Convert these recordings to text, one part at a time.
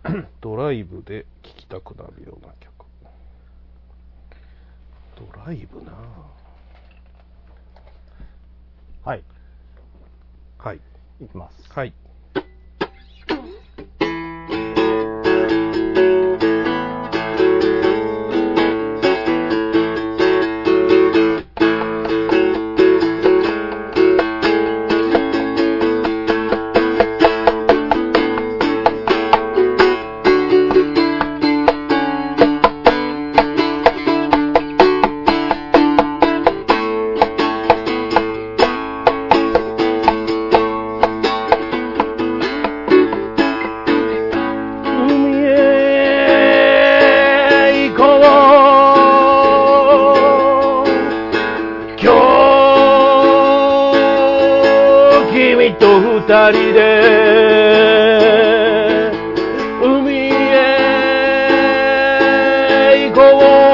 ドライブで聴きたくなるような曲。ドライブなはい。 はい。 いきます。 はい。二人で海へ行こ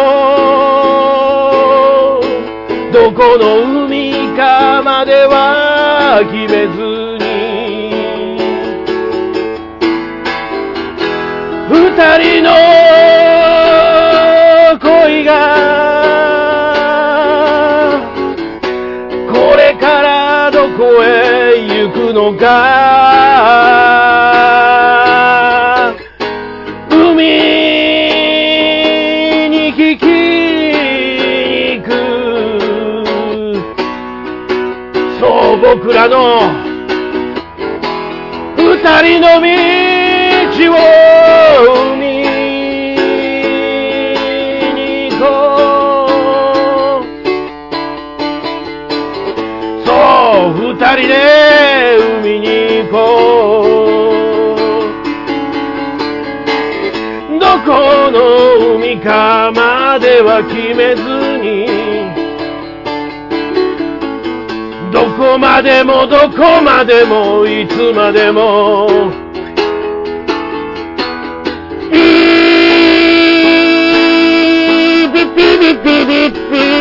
う。どこの海かまでは決めずに、二人の恋がこれからどこへ行くのか、海に聞きに行く。そう僕らの二人の道を海に行こう。そう二人で海に行こう。どこの海かまでは決めずに、どこまでもどこまでもいつまでもピピピピピピ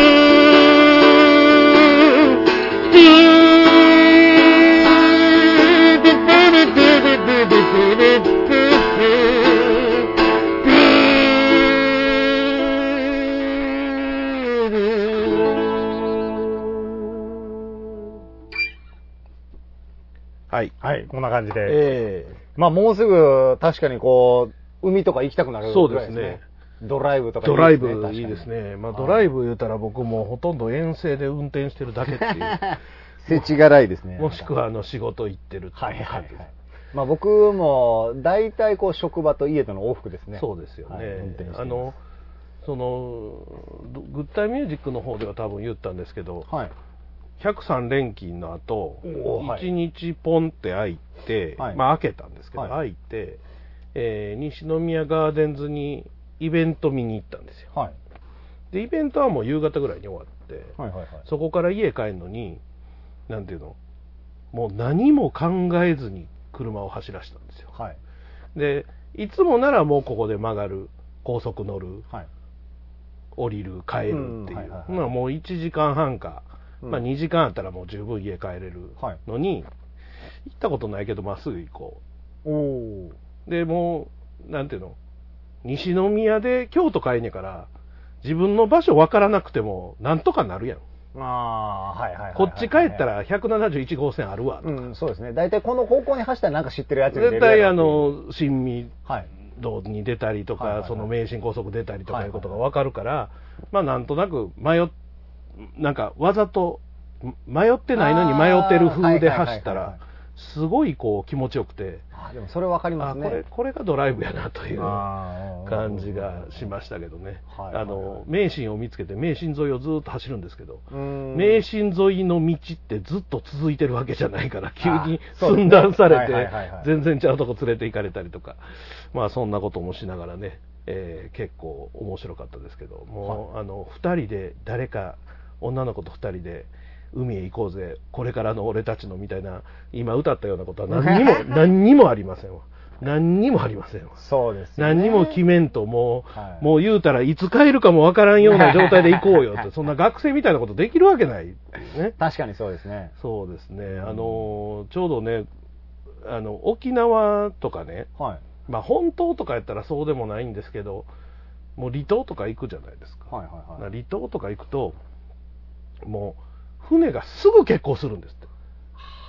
はい。 はい、こんな感じで。まあもうすぐ確かにこう、海とか行きたくなるぐらいですね。そうですね。ドライブとかいいですね。 ドライブいいですね。まあドライブ言うたら僕もほとんど遠征で運転してるだけっていう。 世知辛いですね。 もしくは仕事行ってるっていう感じです。はいはいはい。 まあ僕も大体こう職場と家との往復ですね。 そうですよね。 はい、運転してます。 グッタイミュージックの方では多分言ったんですけど、はい、103連勤の後、1日ポンって空いて、はい、まあ開けたんですけど、はい、開いて、西宮ガーデンズにイベント見に行ったんですよ。はい、でイベントはもう夕方ぐらいに終わって、はいはいはい、そこから家帰るのに、なんていうの、もう何も考えずに車を走らせたんですよ。はい、でいつもならもうここで曲がる、高速乗る、はい、降りる、帰るっていう、もう1時間半か、まあ2時間あったらもう十分家帰れるのに、行ったことないけどまっすぐ行こう。でもうなんていうの、西宮で京都帰んねから自分の場所分からなくてもなんとかなるやん。こっち帰ったら171号線あるわとか、 そうですね。大体この方向に走ったらなんか知ってるやつに出る絶対新見道に出たりとか、その名神高速出たりとかいうことが分かるから、まあなんとなくなんかわざと迷ってないのに迷ってる風で走ったらすごいこう気持ちよくて、 でもそれ分かりますね。 これがドライブやなという感じがしましたけどね。名神を見つけて名神沿いをずっと走るんですけど、名神沿いの道ってずっと続いてるわけじゃないから、急に寸断されて全然違うとこ連れて行かれたりとか、まあそんなこともしながらね、結構面白かったですけど、もう2人で誰か女の子と2人で海へ行こうぜ、これからの俺たちのみたいな今歌ったようなことは何にもありませんわ。何にもありませんわ。 そうですね。 何にも決めんともう言うたらいつ帰るかもわからんような状態で行こうよってそんな学生みたいなことできるわけないっていうね。 確かにそうですね。 そうですね。ちょうどね沖縄とかね、はい、 まあ本島とかやったらそうでもないんですけど、もう離島とか行くじゃないですか。離島とか行くともう船がすぐ欠航するんですって。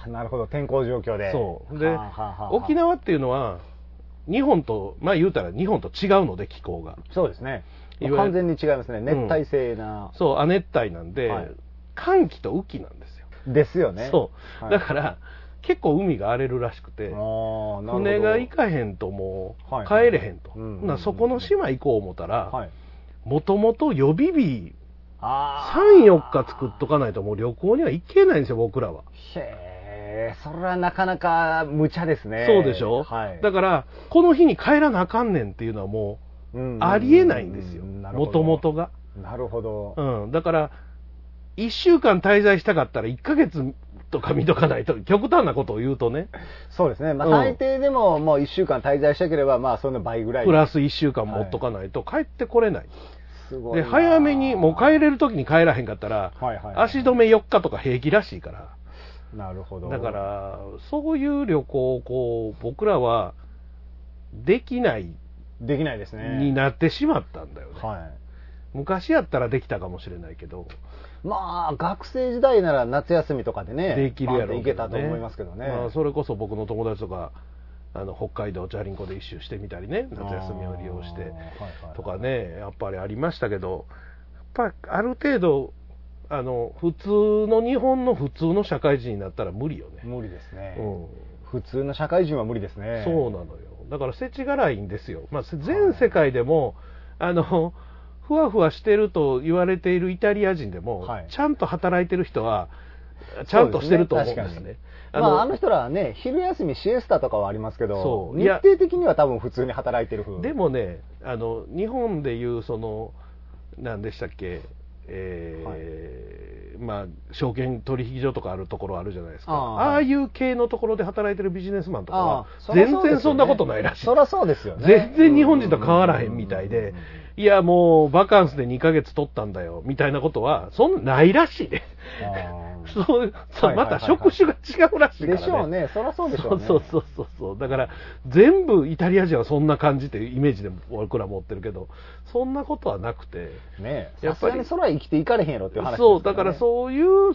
なるほど、天候状況で。 そうで、沖縄っていうのは日本と、まあ言うたら日本と違うので、気候が。 そうですね。完全に違いますね。熱帯性な。 そう、亜熱帯なんで、寒気と雨季なんですよ。 ですよね。 そう。だから、結構海が荒れるらしくて、船が行かへんともう帰れへんと。そこの島行こう思ったら、もともと予備日3、4日作っとかないともう旅行には行けないんですよ、僕らは。 それはなかなか無茶ですね。 そうでしょ、だからこの日に帰らなあかんねんっていうのはもうありえないんですよ、もともとが。 なるほど。 だから1週間滞在したかったら1ヶ月とか見とかないと、極端なことを言うとね。 そうですね、最低でももう1週間滞在したければ、まあその倍ぐらいプラス1週間持っとかないと帰ってこれない。すごい。で早めにもう帰れる時に帰らへんかったら、足止め4日とか平気らしいから。 なるほど。 だからそういう旅行をこう僕らはできないですねになってしまったんだよね。昔やったらできたかもしれないけど、 まあ学生時代なら夏休みとかでね、 できるやろう行けたと思いますけどね。 それこそ僕の友達とか北海道チャリンコで一周してみたりね、夏休みを利用してとかね、やっぱりありましたけど、やっぱりある程度普通の日本の普通の社会人になったら無理よね。 無理ですね。普通の社会人は無理ですね。 そうなのよ。だから世知辛いんですよ。まあ、全世界でもふわふわしてると言われているイタリア人でも、ちゃんと働いてる人はちゃんとしてると思うんですね。 あの人らはね、昼休みシエスタとかはありますけど、日程的には多分普通に働いてる風。 でもね、日本でいう何でしたっけ、まあ証券取引所とかあるところあるじゃないですか。ああいう系のところで働いてるビジネスマンとかは全然そんなことないらしい。 そりゃそうですよね。 全然日本人と変わらへんみたいで、いやもうバカンスで2ヶ月取ったんだよみたいなことはそんなないらしいね。また職種が違うらしいからね。 でしょうね。そりゃそうでしょうね。 そう。だから全部イタリア人はそんな感じっていうイメージで僕ら持ってるけど、そんなことはなくて。 ねえ。さすがにそれは生きていかれへんやろっていう話ですよね。そう、だからそういう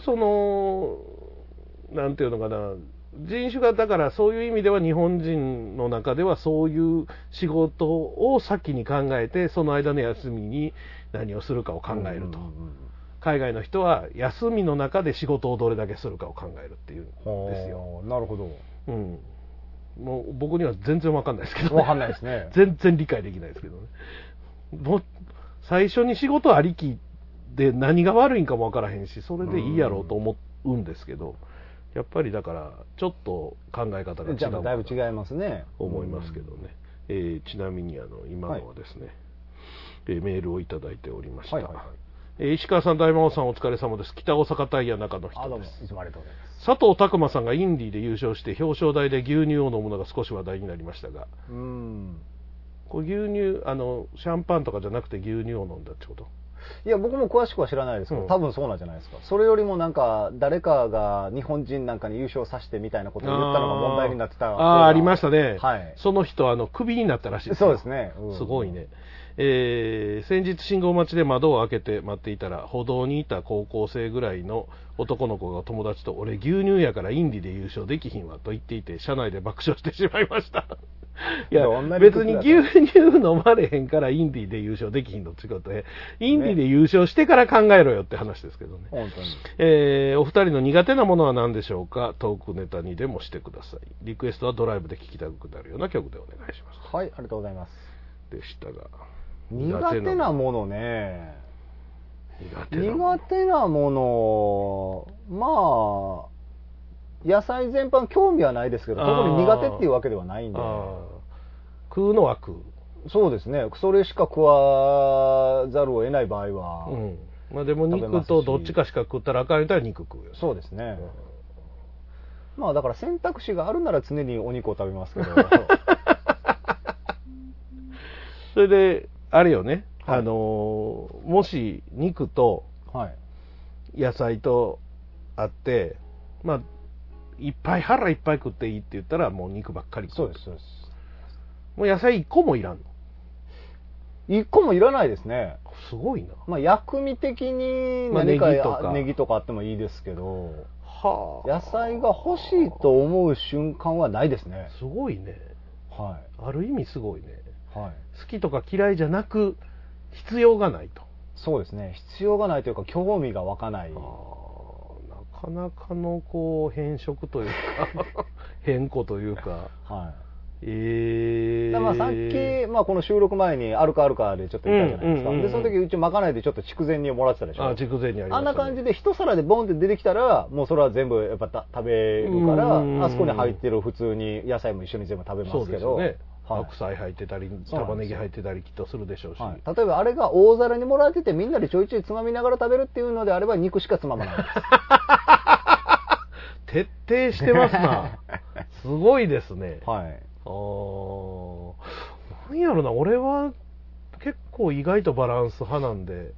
なんていうのかな。人種がだからそういう意味では日本人の中ではそういう仕事を先に考えて、その間の休みに何をするかを考えると。海外の人は休みの中で仕事をどれだけするかを考えるっていうんですよ。 なるほど。 もう僕には全然わかんないですけど、 わかんないですね。 全然理解できないですけどね。もう最初に仕事ありきで何が悪いんかもわからへんし、それでいいやろうと思うんですけど、やっぱりだからちょっと考え方が違う。 じゃあだいぶ違いますね。 思いますけどね。ちなみに今のはですね、メールをいただいておりました。石川さん、大魔王さん、お疲れ様です。北大阪タイヤ中の人です。 どうもいつもありがとうございます。 佐藤拓磨さんがインディーで優勝して表彰台で牛乳を飲むのが少し話題になりましたが、これ牛乳シャンパンとかじゃなくて牛乳を飲んだってこと？ いや僕も詳しくは知らないですけど、多分そうなんじゃないですか。それよりもなんか誰かが日本人なんかに優勝させてみたいなことを言ったのが問題になってた。 ありましたね。その人クビになったらしいです。 そうですね。 すごいね。先日信号待ちで窓を開けて待っていたら、歩道にいた高校生ぐらいの男の子が友達と、俺牛乳やからインディで優勝できひんわと言っていて、車内で爆笑してしまいました。いや別に牛乳飲まれへんからインディで優勝できひんのってことで、インディで優勝してから考えろよって話ですけどね。 本当に。 お二人の苦手なものは何でしょうか。トークネタにでもしてください。リクエストはドライブで聴きたくなるような曲でお願いします。 はい、ありがとうございます。 でしたが、 苦手なものね。苦手なもの、まあ野菜全般興味はないですけど、特に苦手っていうわけではないんで。 食うのは食う。 そうですね。それしか食わざるを得ない場合は。 まあでも肉とどっちかしか食ったらあかんやったら肉食うよ。 そうですね。まあだから選択肢があるなら常にお肉を食べますけど。 それであれよね。もし肉と野菜とあって、まあ腹いっぱい食っていいって言ったらもう肉ばっかり食う。 そうですそうです。 もう野菜1個もいらんの ？1個もいらないですね。 すごいな。 まあ薬味的に何かネギとかあってもいいですけど、はあ、野菜が欲しいと思う瞬間はないですね。 すごいね。 はい。 ある意味すごいね。 はい。 好きとか嫌いじゃなく必要がないと。 そうですね。必要がないというか興味が湧かない。 なかなかのこう変色というか変更というか。 はい。 まあさっき、まあ、この収録前にアルカでちょっと言ったじゃないですか。で、その時うちまかないでちょっと筑前煮をもらってたでしょ。 筑前煮ありましたね。 あんな感じで一皿でボンって出てきたら、もうそれは全部やっぱ食べるから、あそこに入ってる普通に野菜も一緒に全部食べますけど。 そうですよね。白菜入ってたり、玉ねぎ入ってたりきっとするでしょうし。 例えばあれが大皿にもらっててみんなでちょいちょいつまみながら食べるっていうのであれば肉しかつままないです。 徹底してますな。すごいですね。 はい。 なんやろな、俺は結構意外とバランス派なんで、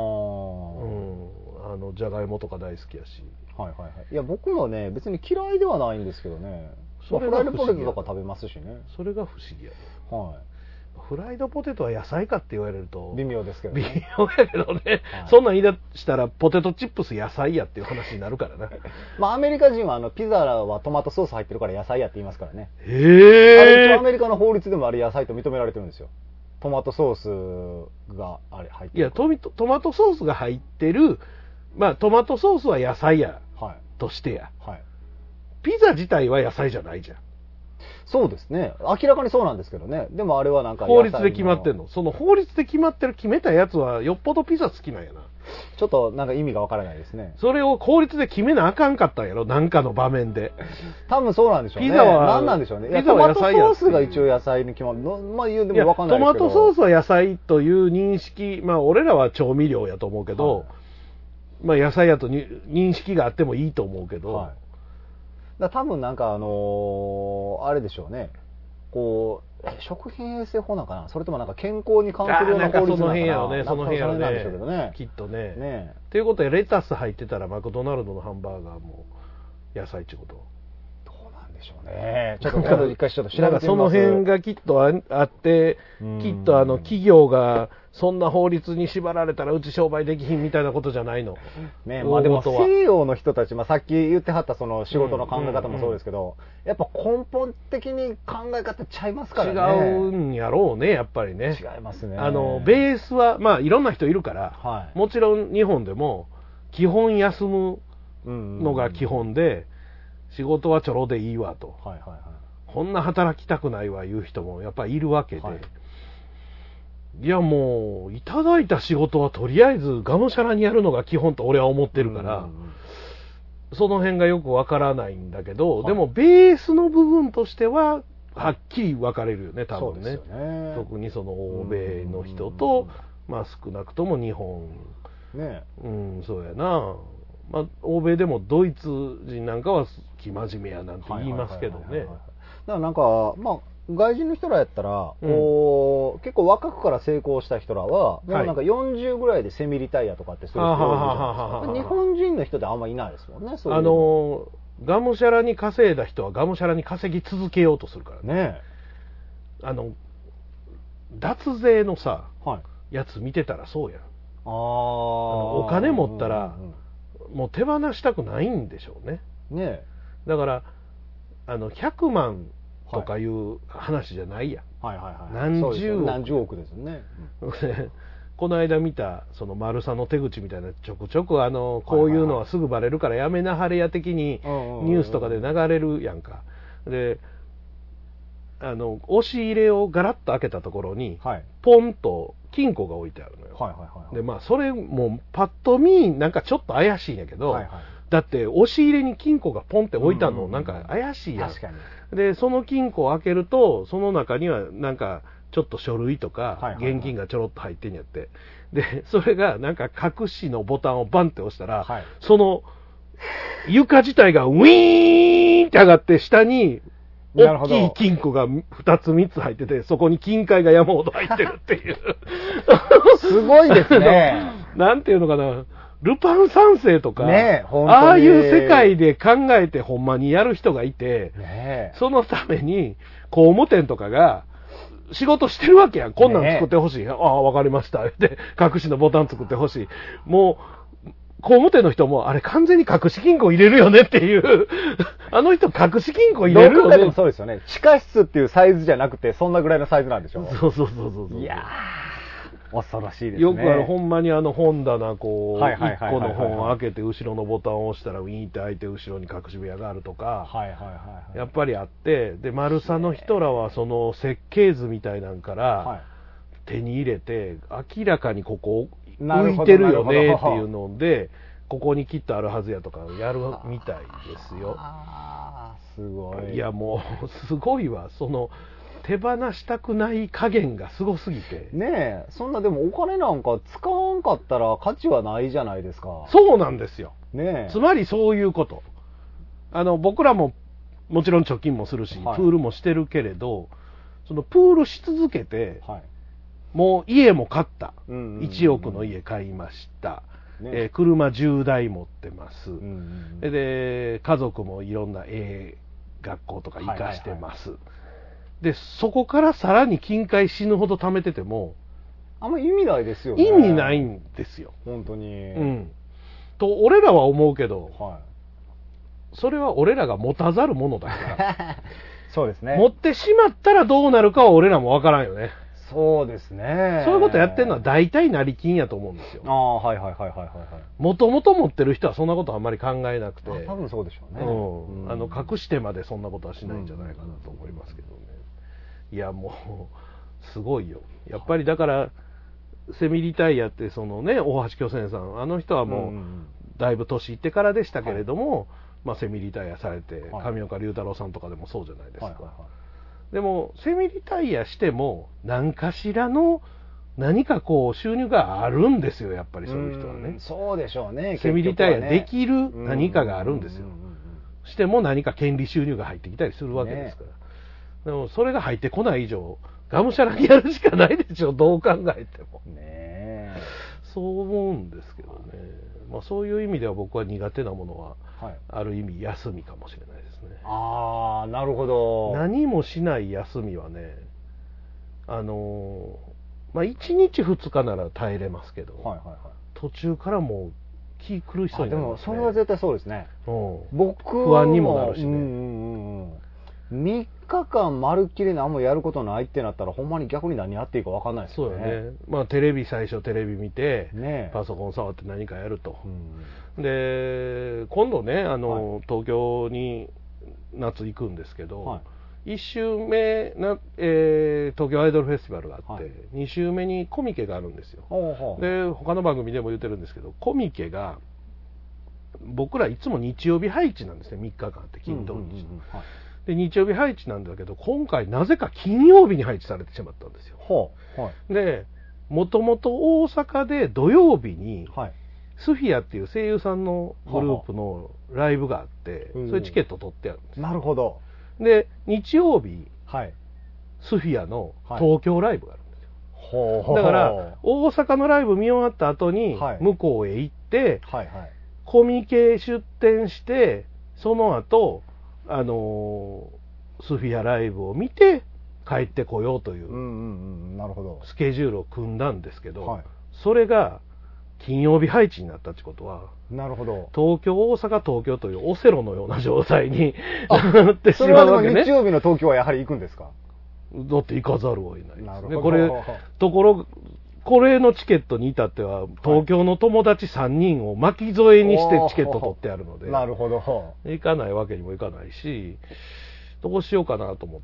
じゃがいもとか大好きやし。 はいはいはい。いや僕もね別に嫌いではないんですけどね。フライドポテトとか食べますしね。 それが不思議やね。 はい。 フライドポテトは野菜かって言われると微妙ですけどね。 微妙やけどね、はい、そんなん言い出したらポテトチップス野菜やっていう話になるからな。 まあアメリカ人はピザはトマトソース入ってるから野菜やって言いますからね。 あれ一応アメリカの法律でもあれ野菜と認められてるんですよ。トマトソースがあれ入ってる。 いやトマトソースが入ってる、まあトマトソースは野菜や、はい、としてや、はい、ピザ自体は野菜じゃないじゃん。 そうですね。明らかにそうなんですけどね。でもあれはなんか法律で決まってんの。その法律で決めたやつはよっぽどピザ好きなんやな。 ちょっとなんか意味がわからないですね。 それを法律で決めなあかんかったんやろ、なんかの場面で。 多分そうなんでしょうね。 ピザは何なんでしょうね。ピザは野菜や。トマトソースが一応野菜に決まるの。まあ言うでもわかんないですけど。 トマトソースは野菜という認識、まあ俺らは調味料やと思うけど、はい、まあ野菜やと認識があってもいいと思うけど。はい、 だ多分なんかあれでしょうね。こう食品衛生法なんかな、それともなんか健康に関するような法律なのかな。 その辺やろね、その辺やろなんでしょうけどね。 きっとね。ということでレタス入ってたらマクドナルドのハンバーガーも野菜ってこと。 どうなんでしょうね。ちょっと一回ちょっと調べてみます。 その辺がきっとあって、きっと企業がそんな法律に縛られたらうち商売できひんみたいなことじゃないの。 ね、まあでも西洋の人たち、まあさっき言ってはったその仕事の考え方もそうですけど、やっぱ根本的に考え方ちゃいますからね。 違うんやろうね、やっぱりね。 違いますね。 ベースは、まあいろんな人いるから、はい、もちろん日本でも基本休むのが基本で、仕事はちょろでいいわと。はいはいはい。こんな働きたくないわ言う人もやっぱりいるわけで。はい、いやもういただいた仕事はとりあえずがむしゃらにやるのが基本と俺は思ってるから、その辺がよくわからないんだけど、はい、でもベースの部分としてははっきり分かれるよね、多分 ね。特にその欧米の人と、まあ少なくとも日本ね、そうやな。まあ欧米でもドイツ人なんかは生真面目やなんて言いますけどね。だからなんかまあ外人の人らやったら、結構若くから成功した人らは、もうなんか40ぐらいでセミリタイアとかってする人多いじゃないですか。日本人の人ってあんまいないですもんね。そういうがむしゃらに稼いだ人はがむしゃらに稼ぎ続けようとするからね。脱税のさ、はい、やつ見てたらそうやん。お金持ったら、もう手放したくないんでしょうね。ね。だから100万とかいう話じゃないやん。はいはいはい。 何十億ですね。 この間見たその丸さの手口みたいなちょくちょくこういうのはすぐバレるからやめなはれや的にニュースとかで流れるやんか。で押し入れをガラッと開けたところに、はい、ポンと金庫が置いてあるのよ。はいはいはいはい、でまあそれもパッと見なんかちょっと怪しいんやけど、はいはい、だって押し入れに金庫がポンって置いたのなんか怪しいやん。確かに。でその金庫を開けるとその中にはなんかちょっと書類とか現金がちょろっと入ってんやって、でそれがなんか隠しのボタンをバンって押したら、はい、その床自体がウィーンって上がって下に大きい金庫が2つ3つ入ってて、そこに金塊が山ほど入ってるっていうすごいですね。 なんていうのかな、ルパン三世とか、ね、ああいう世界で考えてほんまにやる人がいて、ね、そのために工務店とかが仕事してるわけやん。こんなん作ってほしい。ああ、わかりました。で、隠しのボタン作ってほしい。もう、工務店の人も、あれ完全に隠し金庫入れるよねっていう、あの人隠し金庫入れるよね。 でもそうですよね。地下室っていうサイズじゃなくて、そんなぐらいのサイズなんでしょ。 そう。 いやー、恐ろしいですね。 よくほんまに本棚こう、1個の本を開けて後ろのボタンを押したらウィーンって開いて後ろに隠し部屋があるとか、やっぱりあって、で、マルサの人らはその設計図みたいなんから手に入れて、明らかにここ浮いてるよねっていうので、ここにきっとあるはずやとかやるみたいですよ。 すごい。 いやもうすごいわ。手放したくない加減がすごすぎて。 ねえ、そんなでもお金なんか使わんかったら価値はないじゃないですか。 そうなんですよ。 ねえ。 つまりそういうこと。僕らももちろん貯金もするし、プールもしてるけれど、そのプールし続けて、もう家も買った。1億の家買いました。車10台持ってます。で、家族もいろんな学校とか行かしてます。で、そこからさらに金塊死ぬほど貯めてても、 あんま意味ないですよね。 意味ないんですよ。 本当に。 と、俺らは思うけど、それは俺らが持たざるものだから。 そうですね。 持ってしまったらどうなるかは俺らもわからんよね。 そうですね。 そういうことやってるのは大体成金やと思うんですよ。もともと持ってる人はそんなことあんまり考えなくて。 多分そうでしょうね。隠してまでそんなことはしないんじゃないかなと思いますけどね。いや、もう、すごいよ。やっぱりだから、セミリタイヤってそのね、大橋巨泉さん、あの人はもう、だいぶ年いってからでしたけれども、セミリタイヤされて、上岡龍太郎さんとかでもそうじゃないですか。でも、セミリタイヤしても、何かしらの、何かこう、収入があるんですよ、やっぱりそういう人はね。 そうでしょうね。 セミリタイヤできる何かがあるんですよ。しても何か権利収入が入ってきたりするわけですから。でも、それが入ってこない以上、がむしゃらにやるしかないでしょ、どう考えても。そう思うんですけどね。そういう意味では僕は苦手なものは、ある意味休みかもしれないですね。 ああ、なるほど。 何もしない休みはね、1日2日なら耐えれますけど、途中からもう気狂いそうになりますね。 でもそれは絶対そうですね。僕不安にもなるしね。 3日間まるっきり何もやることないってなったらほんまに逆に何やっていいか分かんないですよね。 そうよね。テレビ最初テレビ見て、パソコン触って何かやると。で、今度ね、東京に夏行くんですけど、1週目東京アイドルフェスティバルがあって、2週目にコミケがあるんですよ。で、他の番組でも言ってるんですけど、コミケが僕らいつも日曜日配置なんですね。3日間あって金土日。で、日曜日配置なんだけど、今回なぜか金曜日に配置されてしまったんですよ。で、もともと大阪で土曜日に、スフィアっていう声優さんのグループのライブがあって、それチケット取ってあるんですよ。 なるほど。 で、日曜日、スフィアの東京ライブがあるんですよ。だから、大阪のライブ見終わった後に、向こうへ行って、コミケ出店して、その後、スフィアライブを見て帰ってこようというスケジュールを組んだんですけど、それが金曜日配置になったってことは、 なるほど。 東京、大阪、東京というオセロのような状態になってしまうわけね。 それはでも日曜日の東京はやはり行くんですか？ だって行かざるを得ないですね。これのチケットに至っては、東京の友達3人を巻き添えにしてチケット取ってあるので、 なるほど。 行かないわけにもいかないし、どうしようかなと思って、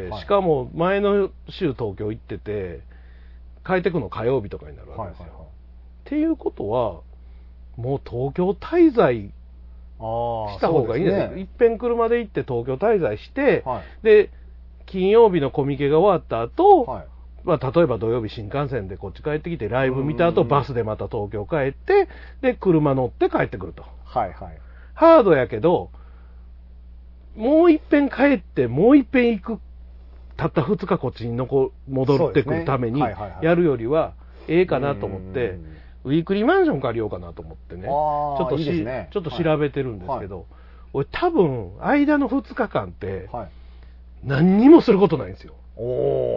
しかも前の週東京行ってて、帰ってくの火曜日とかになるわけですよ。っていうことは、もう東京滞在した方がいいですね。いっぺん車で行って東京滞在して、で、金曜日のコミケが終わった後、例えば土曜日新幹線でこっち帰ってきてライブ見た後バスでまた東京帰ってで車乗って帰ってくると、ハードやけどもう一遍帰ってもう一遍行くたった2日こっちに戻ってくるためにやるよりはええかなと思ってウィークリーマンション借りようかなと思ってねちょっと調べてるんですけど、俺多分間の2日間って何にもすることないんですよ。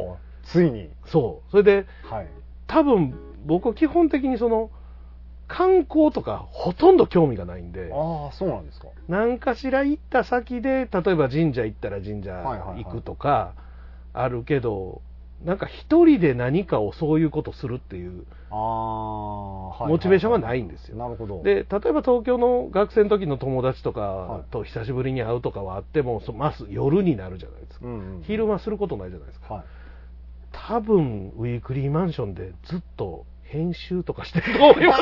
ついに。 そう。それで、はい、多分、僕は基本的に観光とかほとんど興味がないんで。 ああ、そうなんですか。 何かしら行った先で、例えば神社行ったら神社行くとか、あるけど、なんか一人で何かをそういうことするっていう、モチベーションがないんですよ。 なるほど。 で、例えば東京の学生の時の友達とかと久しぶりに会うとかはあっても、まず夜になるじゃないですか。昼間することないじゃないですか。多分、ウィークリーマンションでずっと編集とかしてると思います。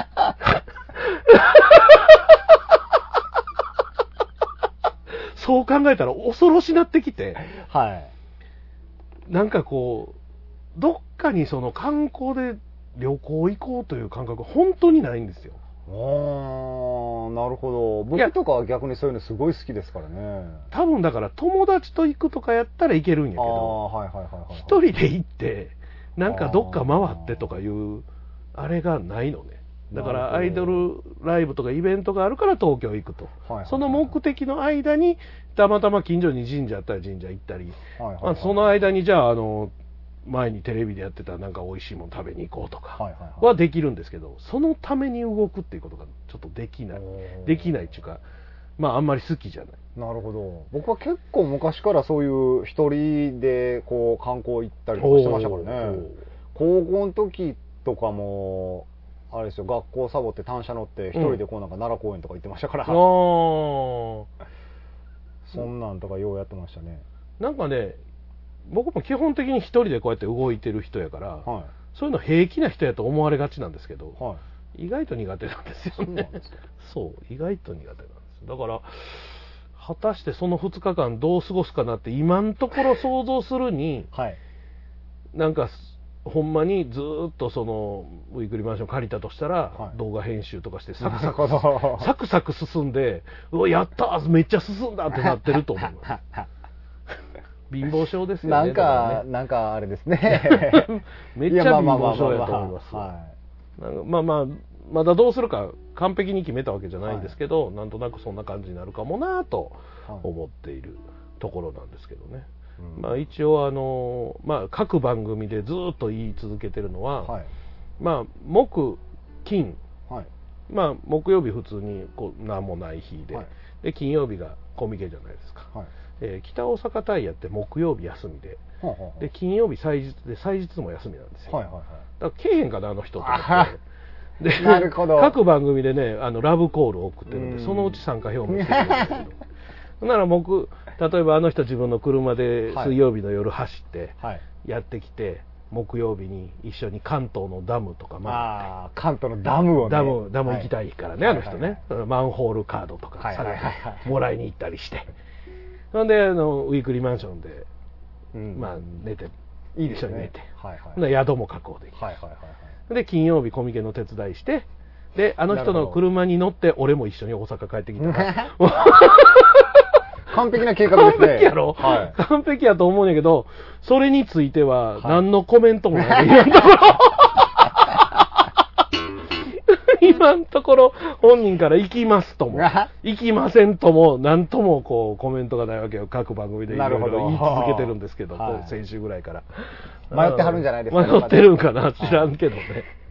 そう考えたら恐ろしなってきて、はい、なんかこう、どっかに観光で旅行行こうという感覚本当にないんですよ。 ああ、なるほど。僕とかは逆にそういうのすごい好きですからね。 多分だから友達と行くとかやったらいけるんやけど、一人で行ってなんかどっか回ってとかいうあれがないのね。だからアイドルライブとかイベントがあるから東京行くと、その目的の間にたまたま近所に神社あったら神社行ったり、その間にじゃあ前にテレビでやってたなんか美味しいもの食べに行こうとかはできるんですけど、そのために動くっていうことがちょっとできないっていうか、まああんまり好きじゃない。 なるほど。僕は結構昔からそういう一人でこう観光行ったりとかしてましたからね。高校の時とかもあれですよ、学校サボって単車乗って一人でこうなんか奈良公園とか行ってましたから、そんなんとかようやってましたね。 なんかね、僕も基本的に一人でこうやって動いてる人やから、はい、そういうの平気な人やと思われがちなんですけど、はい、意外と苦手なんですよね。そう、意外と苦手なんです。だから果たしてその2日間どう過ごすかなって今のところ想像するに、はい、なんかほんまにずっとウィークリーマンション借りたとしたら、はい、動画編集とかしてサクサク進んで、うわやったーめっちゃ進んだってなってると思います。貧乏症ですよね。 なんかあれですね。 めっちゃ貧乏症やと思います。まだどうするか完璧に決めたわけじゃないんですけど、はい、なんとなくそんな感じになるかもなと思っているところなんですけどね。まあ、一応各番組でずっと言い続けてるのは、はい、まあ木金、はい、まあ木曜日普通に何もない日で、はい、で金曜日がコミケじゃないですか。はい、北大阪タイヤって木曜日休みで、で金曜日祭日で祭日も休みなんですよ。だからけえへんかなあの人と思って。でなるほど。各番組でねラブコールを送ってるんで、そのうち参加表明してるんだけど。なら例えばあの人自分の車で水曜日の夜走ってやってきて、木曜日に一緒に関東のダムとか関東のダムをねダム行きたいからね、あの人ね、マンホールカードとかもらいに行ったりして、なんでウィークリーマンションで、まあ寝ていいですね、 一緒に寝て、宿も確保できる、で金曜日コミケの手伝いして、であの人の車に乗って俺も一緒に大阪帰ってきた完璧な計画ですね。 完璧やろ、はい、完璧やと思うんやけど、それについては何のコメントもない、今のところ本人から行きますとも行きませんとも何ともコメントがないわけよ。各番組でいろいろ言い続けてるんですけど、先週ぐらいから迷ってはるんじゃないですか。 迷ってるんかな、知らんけどね。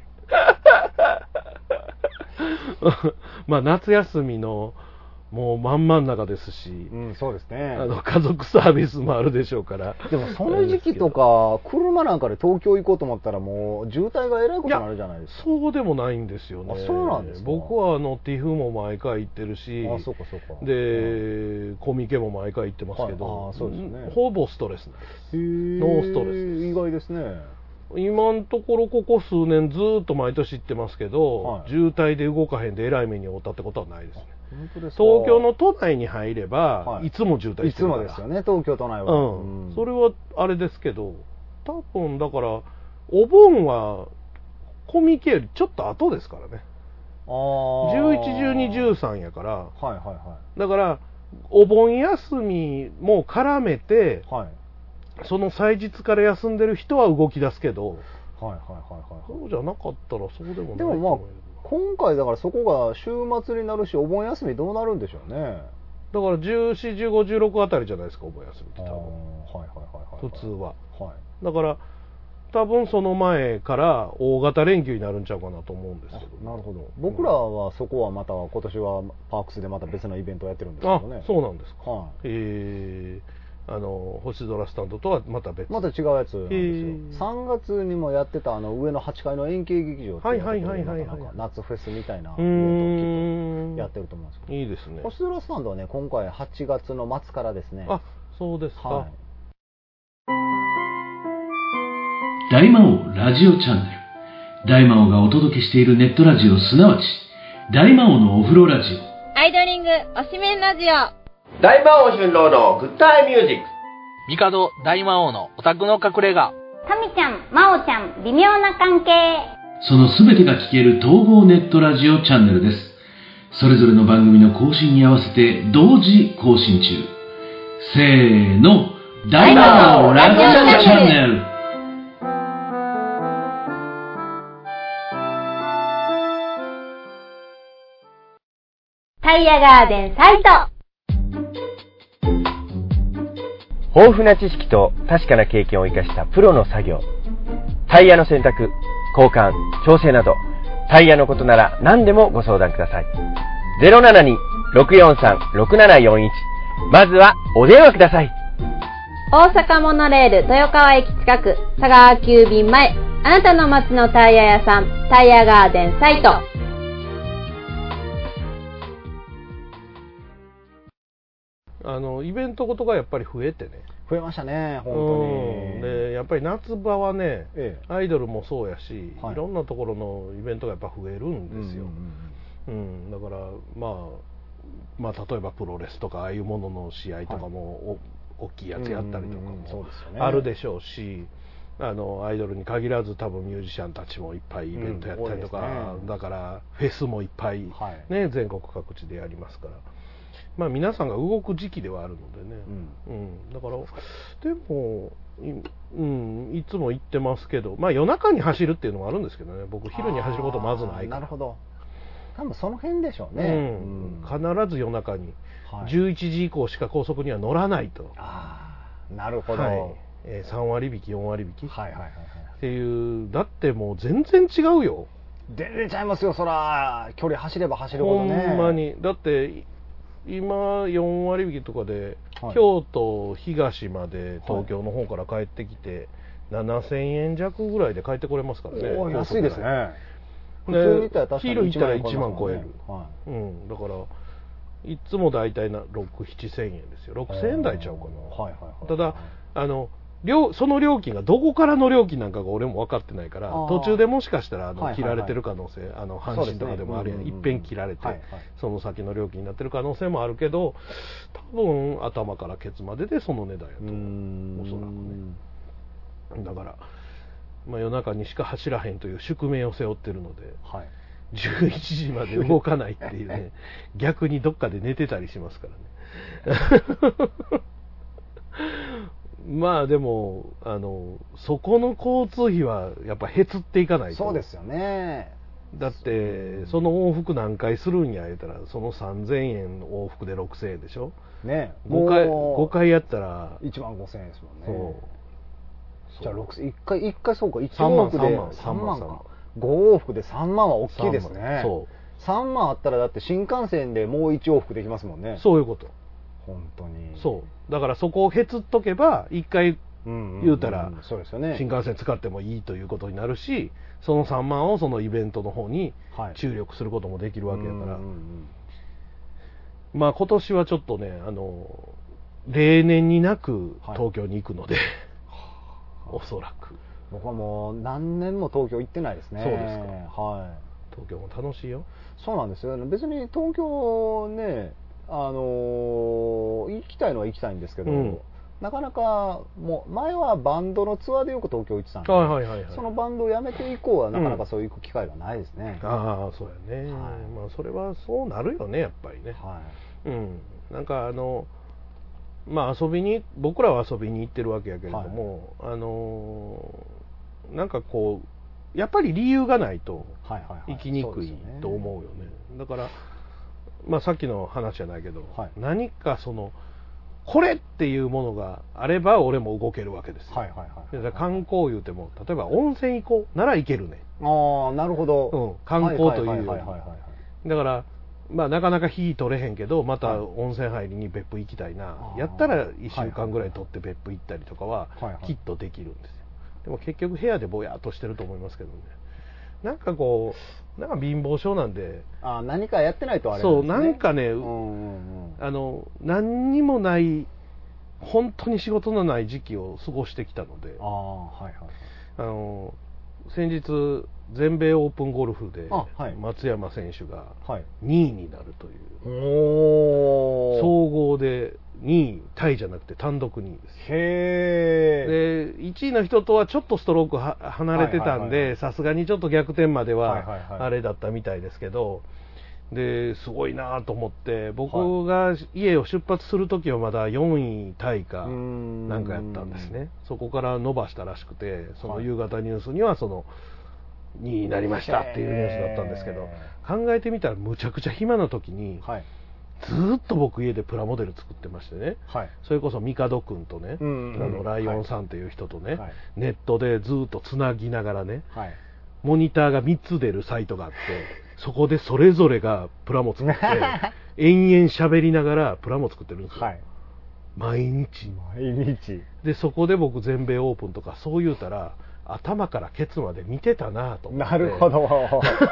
まあ夏休みのもう真ん真ん中ですし、 そうですね。 家族サービスもあるでしょうから。 でもその時期とか車なんかで東京行こうと思ったらもう渋滞がえらいことになるじゃないですか。 そうでもないんですよね。 そうなんですか。 僕はティフも毎回行ってるし、 そうかで、コミケも毎回行ってますけど、そうですね、ほぼストレスないです。ノーストレスです。 意外ですね。 今のところここ数年ずっと毎年行ってますけど、渋滞で動かへんでえらい目に遭ったってことはないですね。東京の都内に入れば、いつも渋滞してるから。 いつもですよね、東京都内は。 それはあれですけど、多分だからお盆はコミケよりちょっと後ですからね。11、12、13やから、だからお盆休みも絡めて、その祭日から休んでる人は動き出すけど、そうじゃなかったらそうでもないと思う。 でも今回だからそこが週末になるし、お盆休みどうなるんでしょうね。 だから14、15、16あたりじゃないですか、お盆休みって多分。普通は。 だから多分その前から大型連休になるんちゃうかなと思うんですけど。 なるほど。僕らはそこはまた今年はパークスでまた別のイベントをやってるんですけどね。 そうなんですか。 はい。 星空スタンドとはまた別。 また違うやつなんですよ。3月にもやってた上の8階の円形劇場っていうところで夏フェスみたいなイベントをきっとやってると思うんですけど。 いいですね。 星空スタンドはね、今回8月の末からですね。 あ、そうですか。はい、 大魔王ラジオチャンネル。大魔王がお届けしているネットラジオ、すなわち大魔王のお風呂ラジオ、 アイドリングおしめんラジオ、 大魔王春郎のグッタイミュージック、 帝大魔王のオタクの隠れ家、 タミちゃん、マオちゃん微妙な関係。 そのすべてが聞ける統合ネットラジオチャンネルです。それぞれの番組の更新に合わせて同時更新中。せーの、大魔王ラジオチャンネル。 タイヤガーデンサイト。 豊富な知識と確かな経験を生かしたプロの作業。タイヤの選択、交換、調整など、タイヤのことなら何でもご相談ください。072-643-6741。まずはお電話ください。 大阪モノレール豊川駅近く、佐川急便前、あなたの街のタイヤ屋さん、タイヤガーデンサイト。 イベントごとがやっぱり増えてね。 増えましたね、本当に。 でやっぱり夏場はね、アイドルもそうやし、いろんなところのイベントがやっぱ増えるんですよ。だからまあ例えばプロレスとかああいうものの試合とかも、大きいやつやったりとかもあるでしょうし、アイドルに限らず多分ミュージシャンたちもいっぱいイベントやったりとか、だからフェスもいっぱい、ね、全国各地でやりますから。まあ皆さんが動く時期ではあるのでね、だからでもいつも言ってますけど、まあ夜中に走るっていうのもあるんですけどね、僕昼に走ることまずないから。 なるほど、多分その辺でしょうね、 必ず夜中に11時以降しか高速には乗らないと。 なるほど、 3割引き4割引きっていう、だってもう全然違うよ。 出ちゃいますよ、そら距離走れば走るほどね。 ほんまにだって今4割引きとかで、京都東まで東京の方から帰ってきて、7000円弱ぐらいで帰ってこれますからね。 安いですね。 普通に行ったら確かに1万超える、だからいつも大体6、7千円ですよ。6000円台ちゃうかな。ただその料金がどこからの料金なんかが俺も分かってないから、途中でもしかしたら切られてる可能性、阪神とかでもあるやん、いっぺん切られて、その先の料金になってる可能性もあるけど、多分頭からケツまででその値段やと思う、おそらくね。だから、夜中にしか走らへんという宿命を背負ってるので、11時まで動かないっていうね逆にどっかで寝てたりしますからねまあでもそこの交通費はやっぱへつっていかないと。 そうですよね。 だってその往復何回するんや言うたら、その3000円の往復で6000円でしょね。5回やったら 1万5000円ですもんね。じゃあ1回そうか、1往復で3万か。5往復で3万は大きいですね。3万あったらだって新幹線でもう1往復できますもんね。 そういうこと。 本当に。 そうだからそこをへつっとけば1回言うたら新幹線使ってもいいということになるし、その3万をそのイベントの方に注力することもできるわけやから、まあ今年はちょっとね例年になく東京に行くので、おそらく僕はもう何年も東京行ってないですね。 そうですか。東京も楽しいよ。 そうなんですよ。別に東京ね行きたいのは行きたいんですけど、なかなかもう前はバンドのツアーでよく東京行ってたんで、そのバンドを辞めて以降はなかなかそういう行く機会がないですね。 そうやね。まあそれはそうなるよね、やっぱりね。なんかまあ僕らは遊びに行ってるわけやけれども、なんかこうやっぱり理由がないと行きにくいと思うよね。だからまあさっきの話じゃないけど、何かそのこれっていうものがあれば俺も動けるわけですよ。 はいはいはい。 だから観光言うても例えば温泉行こうなら行けるね。 ああ、なるほど。 観光というよりだからまあなかなか火取れへんけどまた温泉入りに別府行きたいな、やったら1週間ぐらい取って別府行ったりとかはきっとできるんですよ。でも結局部屋でぼやっとしてると思いますけどね。なんかこうなんか貧乏症なんで、 何かやってないとあれなんですね。 そうなんかね、何にもない本当に仕事のない時期を過ごしてきたので、先日全米オープンゴルフで松山選手が2位になるという、総合で2位タイじゃなくて単独2位です。で1位の人とはちょっとストローク離れてたんで、さすがにちょっと逆転まではあれだったみたいですけど、ですごいなと思って、僕が家を出発するときはまだ4位タイかなんかやったんですね。そこから伸ばしたらしくて、その夕方ニュースにはその2位になりましたっていうニュースだったんですけど、考えてみたらむちゃくちゃ暇な時に、ずっと僕家でプラモデル作ってましてね、それこそミカド君とね、ライオンさんという人とね、ネットでずっとつなぎながらね、モニターが3つ出るサイトがあって、そこでそれぞれがプラモ作って延々喋りながらプラモ作ってるんですよ、毎日で、そこで僕全米オープンとかそう言うたら頭からケツまで見てたなと思って。 なるほど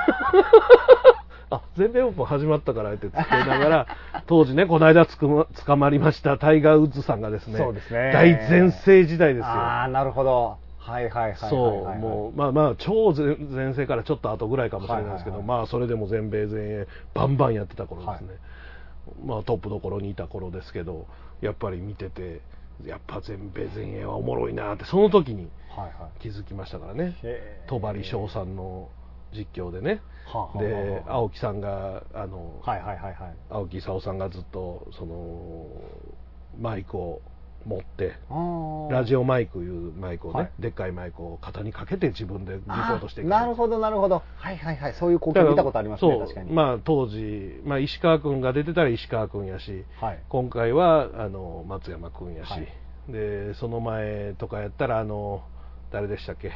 全米オープン始まったからってつけながら当時ね、この間捕まりましたタイガー・ウッズさんがですね、大全盛時代ですよ。 なるほど。 そう、もうまあ超全盛からちょっと後ぐらいかもしれないですけど、まあそれでも全米全英バンバンやってた頃ですね、まあトップどころにいた頃ですけど、やっぱり見ててやっぱ全米全英はおもろいなってその時に気づきましたからね。戸張翔さんの実況でね、で青木さんが青木功さんがずっとそのマイクを持ってラジオマイクいうマイクをね、でっかいマイクを肩にかけて自分でリポートしていく。 なるほどなるほど、そういう光景見たことありますね。確かに。 まあ当時、石川君が出てたら石川君やし、今回は松山君やし、でその前とかやったら誰でしたっけ、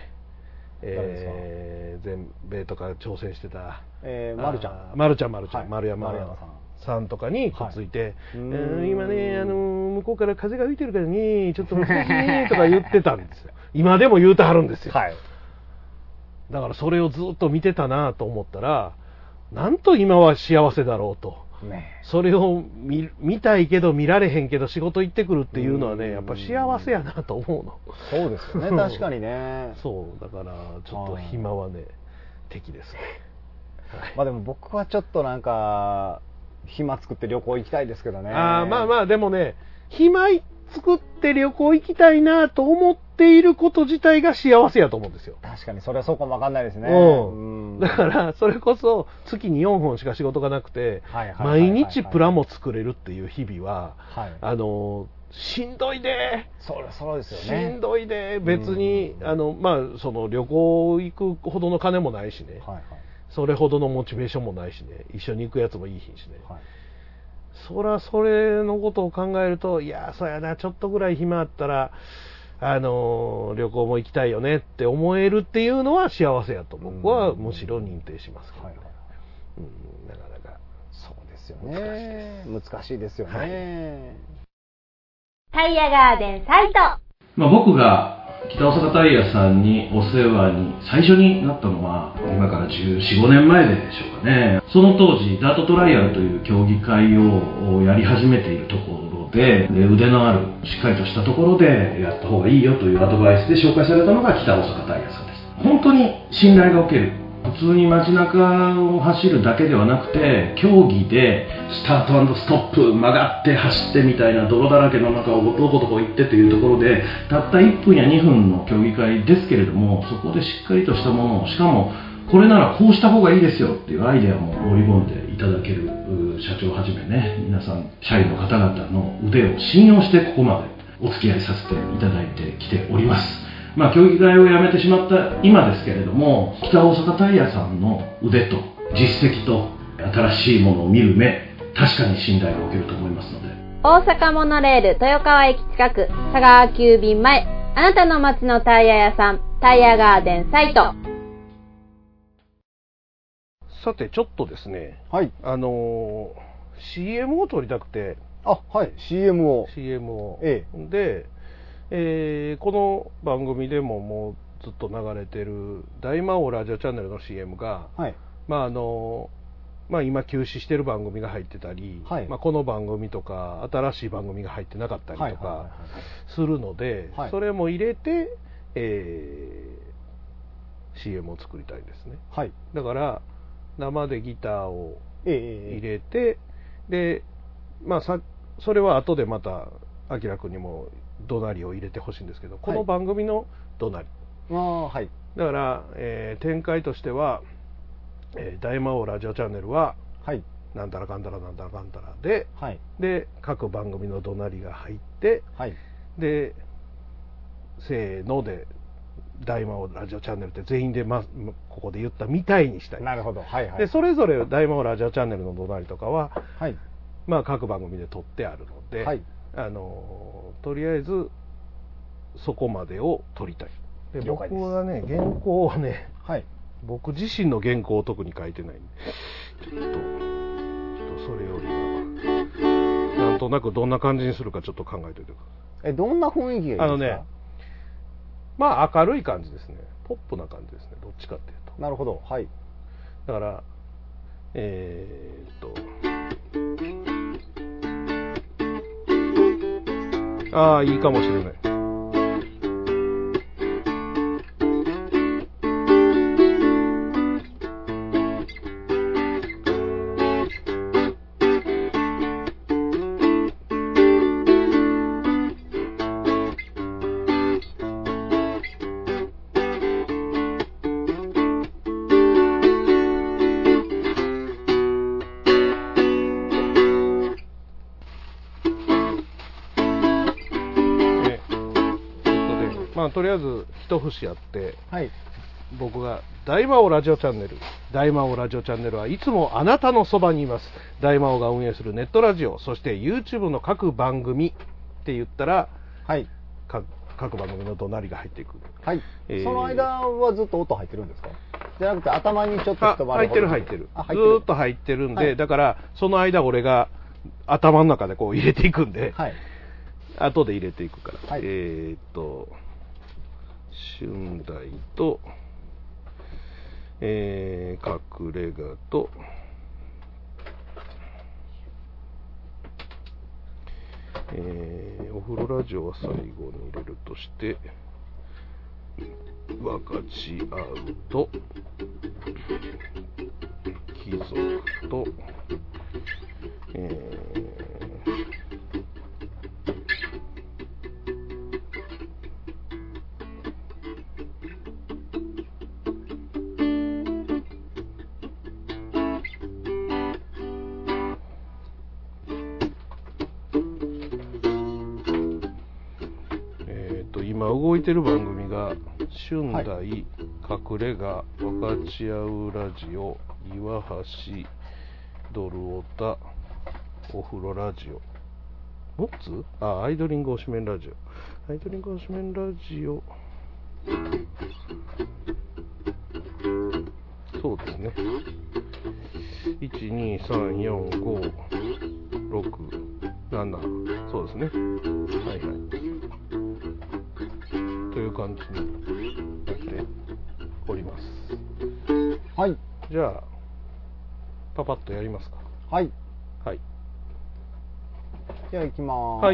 全米とか挑戦してた丸山さんとかにくっついて、今ね向こうから風が吹いてるからねちょっと難しいねとか言ってたんですよ。今でも言うてはるんですよ、だからそれをずっと見てたなと思ったら、なんと今は幸せだろうと、それを 見たいけど見られへんけど仕事行ってくるっていうのはね、やっぱ幸せやなと思うの。 そうですよね確かにね。 そうだからちょっと暇はね敵ですね。 まあでも僕はちょっとなんか暇作って旅行行きたいですけどね。 まあでもね、暇作って旅行行きたいなと思っていること自体が幸せやと思うんですよ。 確かにそれはそうかもわかんないですね。 だからそれこそ月に4本しか仕事がなくて毎日プラモ作れるっていう日々は、しんどいで。 そうですよね。 しんどいで。別にその旅行行くほどの金もないしね、それほどのモチベーションもないしね、一緒に行くやつもいいしね、それのことを考えると、いやそうやな、ちょっとぐらい暇あったら旅行も行きたいよねって思えるっていうのは幸せやと僕はむしろ認定しますけどね。なかなかそうですよね。難しいですよね。 タイヤガーデンサイト。 僕が北大阪タイヤさんにお世話に最初になったのは今から14、15年前でしょうかね。その当時ダートトライアルという競技会をやり始めているところで、腕のあるしっかりとしたところでやった方がいいよというアドバイスで紹介されたのが北大阪タイヤさんです。本当に信頼がおける。普通に街中を走るだけではなくて、競技でスタート&ストップ、曲がって走ってみたいな泥だらけの中をどこどこ行ってというところで、たった1分や2分の競技会ですけれども、そこでしっかりとしたものを、しかもこれならこうした方がいいですよっていうアイデアも盛り込んでいただける社長をはじめね、皆さん社員の方々の腕を信用してここまでお付き合いさせていただいてきております。競技会をやめてしまった今ですけれども、北大阪タイヤさんの腕と実績と新しいものを見る目、確かに信頼がおけると思いますので、 大阪モノレール豊川駅近く、佐川急便前、あなたの街のタイヤ屋さん、タイヤガーデンサイト。 さて、ちょっとですね、 はい。 CM を撮りたくて。 あ、はい、CM を。 で、この番組でももうずっと流れてる大魔王ラジオチャンネルの CM が、はい、今休止してる番組が入ってたり、はい、この番組とか新しい番組が入ってなかったりとかするので、それも入れて、CM を作りたいんですね、はい、だから生でギターを入れて、で、それは後でまたあきらくんにも怒鳴りを入れてほしいんですけど、この番組の怒鳴り、はい、だから、展開としては、大魔王ラジオチャンネルは、はい、なんたらかんたらなんたらかんたらで、はい、で各番組の怒鳴りが入って、はい、でせーので大魔王ラジオチャンネルって全員で、ここで言ったみたいにしたい。 なるほど、はいはい、 でそれぞれ大魔王ラジオチャンネルの怒鳴りとかは、はい、各番組で撮ってあるので、はい、とりあえずそこまでを撮りたい。で僕はね、原稿をね、はい、僕自身の原稿を特に書いてないんで、ちょっとそれよりはなんとなくどんな感じにするかちょっと考えておいてください。 どんな雰囲気がいいですか？ 明るい感じですね。ポップな感じですね。どっちかっていうと。 なるほど。はい。 だからいいかもしれない。とりあえず一節やって、はい、僕が大魔王ラジオチャンネル、大魔王ラジオチャンネルはいつもあなたのそばにいます。大魔王が運営するネットラジオ、そして YouTube の各番組って言ったら、はい、各番組の怒鳴りが入っていく、 はい、その間はずっと音入ってるんですか？じゃなくて頭にちょっと一回り入ってるずっと入ってるんで、はい、だからその間俺が頭の中でこう入れていくんで、はい、後で入れていくから、はい、春大と、隠れ家と、お風呂ラジオは最後に入れるとして、分かち合うと、貴族と、今動いてる番組が春大、はい、隠れ家、分かち合うラジオ、岩橋、ドルオタ、お風呂ラジオ、6つ？アイドリング推しメンラジオ、アイドリング推しメンラジオ、そうですね、1、2、3、4、5、6、7、そうですね、はいはい、という感じになっております。 はい。 じゃあパパッとやりますか。 はい。 はい。 じゃあ行きます。 はい。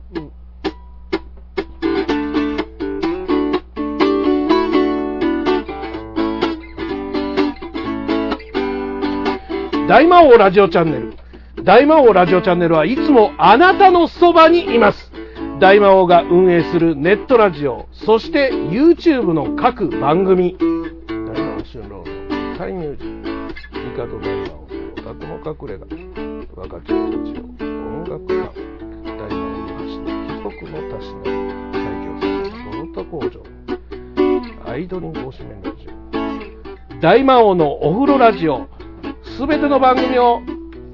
大魔王ラジオチャンネル。大魔王ラジオチャンネルはいつもあなたのそばにいます。大魔王が運営するネットラジオ、そして YouTube の各番組、大魔王春郎のタイミュージック、ミカド大魔王とオタクの隠れ家、若ちラジオ、音楽館、大魔王の橋の貴族のたしなみ、最強戦ドロタ工場、アイドリング推しメンラジオ、大魔王のお風呂ラジオ、すべての番組を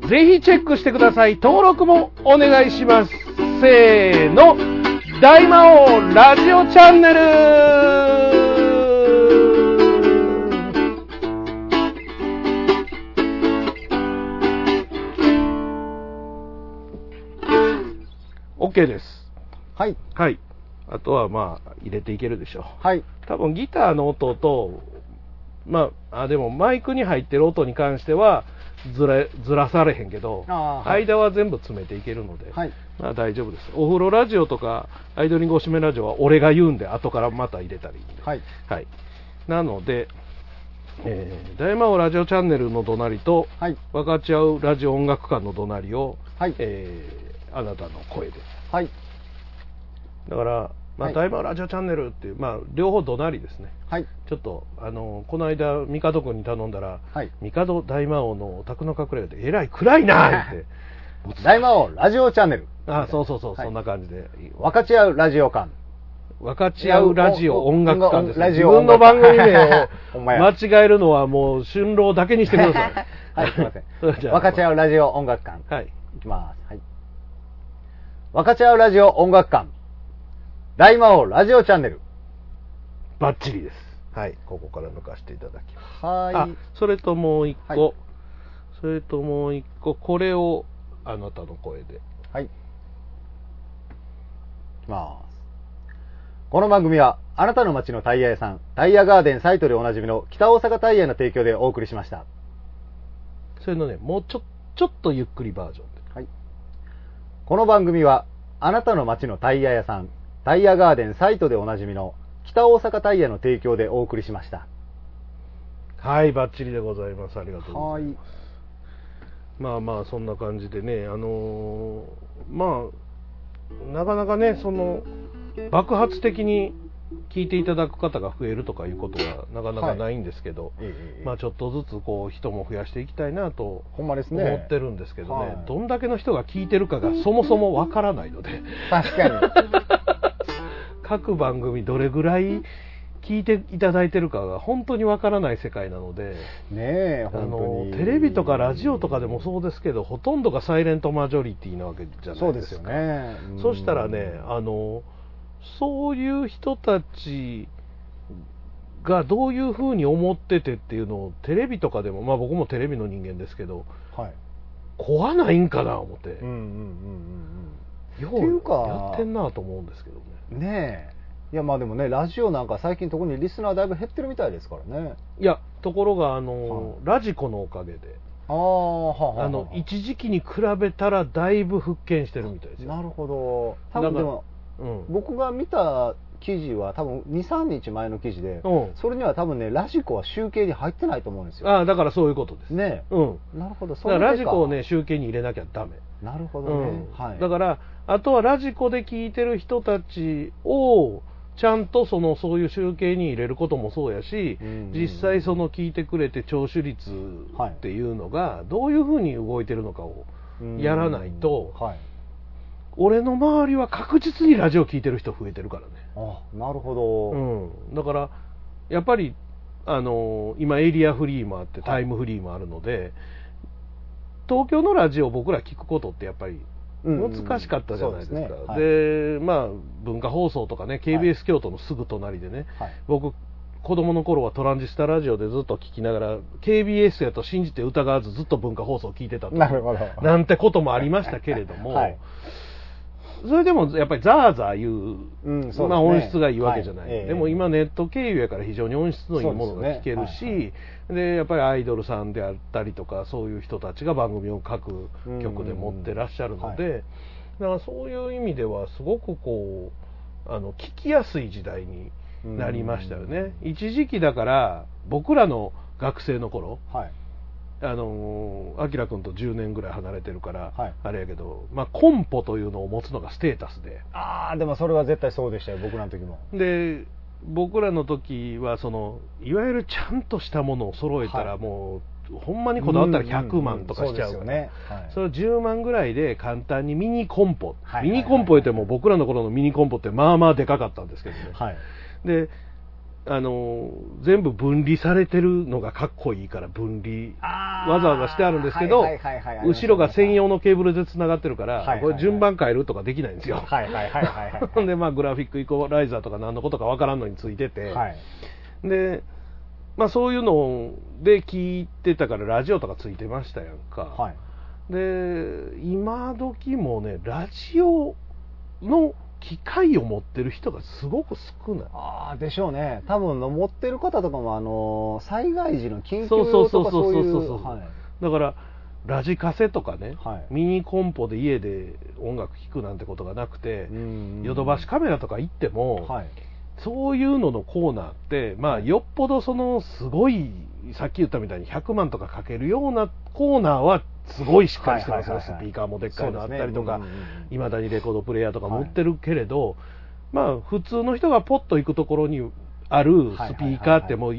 ぜひチェックしてください。登録もお願いします。せーの、大魔王ラジオチャンネル。OK です。 はい。 はい。あとはまあ入れていけるでしょう。 はい。 多分ギターの音と、まあでもマイクに入ってる音に関してはずらされへんけど、はい、間は全部詰めていけるので、はい、まあ大丈夫です。お風呂ラジオとかアイドリングおしめラジオは俺が言うんで後からまた入れたり、はい、はい、なので、大魔王ラジオチャンネルの怒鳴りと、はい、分かち合うラジオ音楽館の怒鳴りを、はい、あなたの声で、はい、だからまあ、大魔王ラジオチャンネルっていう、まあ、両方怒鳴りですね。はい。ちょっと、この間、帝君に頼んだら、はい。帝大魔王のお宅の隠れ家で、えらい暗いなって。 大魔王ラジオチャンネル。 ああ、そうそうそう、はい、そんな感じで。 分かち合うラジオ館。 分かち合うラジオ音楽館です、ね。自分の番組名を間違えるのはもう、春郎だけにしてください。 はい、すいません。分かち合うラジオ音楽館。はい。いきます。はい。分かち合うラジオ音楽館。大魔王ラジオチャンネル。 バッチリです。はい、ここから抜かしていただきます。 はい。 あ、それともう一個、はい、それともう一個、これをあなたの声で。 はい。いきます。この番組は、あなたの街のタイヤ屋さん、タイヤガーデンサイトでおなじみの北大阪タイヤの提供でお送りしました。 それのね、もうちょっとゆっくりバージョンで。 はい。この番組は、あなたの街のタイヤ屋さん、タイヤガーデンサイトでおなじみの北大阪タイヤの提供でお送りしました。 はい、バッチリでございます。ありがとうございます。まあまあそんな感じでね、まあなかなかね、その爆発的に聞いていただく方が増えるとかいうことはなかなかないんですけど、はい、まあちょっとずつこう人も増やしていきたいなと思ってるんですけどね、はい、どんだけの人が聞いてるかがそもそもわからないので。 確かに。 各番組どれぐらい聞いていただいてるかが本当にわからない世界なので、 ねえ、本当にテレビとかラジオとかでもそうですけど、ほとんどがサイレントマジョリティなわけじゃないですか。 そうですよね。 そしたらね、そういう人たちがどういうふうに思っててっていうのをテレビとかでも、まあ僕もテレビの人間ですけど、はい、怖ないんかな思って、ようやってんなと思うんですけどね。 ねえ、いやまあでもね、ラジオなんか最近特にリスナーだいぶ減ってるみたいですからね。 いや、ところがラジコのおかげで、一時期に比べたらだいぶ復権してるみたいですよ。 なるほど。多分でも、僕が見た記事は多分 2,3 日前の記事で、それには多分ね、ラジコは集計に入ってないと思うんですよ。 ああ、だからそういうことですね。なるほど。 だからラジコをね、集計に入れなきゃダメ。 なるほどね。はい。 だからあとはラジコで聞いてる人たちをちゃんとそういう集計に入れることもそうやし、実際その聞いてくれて聴取率っていうのがどういうふうに動いてるのかをやらないと、俺の周りは確実にラジオ聞いてる人増えてるからね。 あ、なるほど。だからやっぱり今エリアフリーもあってタイムフリーもあるので、東京のラジオを僕ら聞くことってやっぱり難しかったじゃないですか。で、まあ文化放送とかね、 KBS 京都のすぐ隣でね、僕子供の頃はトランジスタラジオでずっと聞きながら KBS やと信じて疑わずずっと文化放送を聞いてたと、なんてこともありましたけれども、それでもやっぱりザーザー言う、まあ音質がいいわけじゃない、でも今ネット経由やから非常に音質のいいものが聞けるし、でやっぱりアイドルさんであったりとかそういう人たちが番組を各局で持ってらっしゃるので、だからそういう意味ではすごくこう聞きやすい時代になりましたよね。一時期だから僕らの学生の頃、アキラ君と10年ぐらい離れてるから、あれやけど、まあコンポというのを持つのがステータスで、 でもそれは絶対そうでしたよ、僕らの時も。 で僕らの時はいわゆるちゃんとしたものを揃えたらもう、ほんまにこだわったら100万とかしちゃうから、それを10万ぐらいで簡単にミニコンポ、ミニコンポ言っても僕らの頃のミニコンポってまあまあでかかったんですけどね、で全部分離されてるのがかっこいいから分離わざわざしてあるんですけど、後ろが専用のケーブルでつながってるから、これ順番変えるとかできないんですよ。ほんで、グラフィックイコライザーとか何のことかわからんのについてて、で、そういうので聞いてたからラジオとかついてましたやんか。で、今時もね、ラジオの機械を持ってる人がすごく少ない。 でしょうね。多分持ってる方とかも災害時の緊急用とかそういう。 だからラジカセとかね、ミニコンポで家で音楽聴くなんてことがなくて、ヨドバシカメラとか行っても、そういうののコーナーって、よっぽどすごいさっき言ったみたいに100万とかかけるようなコーナーはすごいしっかりしてますよ。スピーカーもでっかいのあったりとか、いまだにレコードプレイヤーとか持ってるけれど、普通の人がポッと行くところにあるスピーカーってもう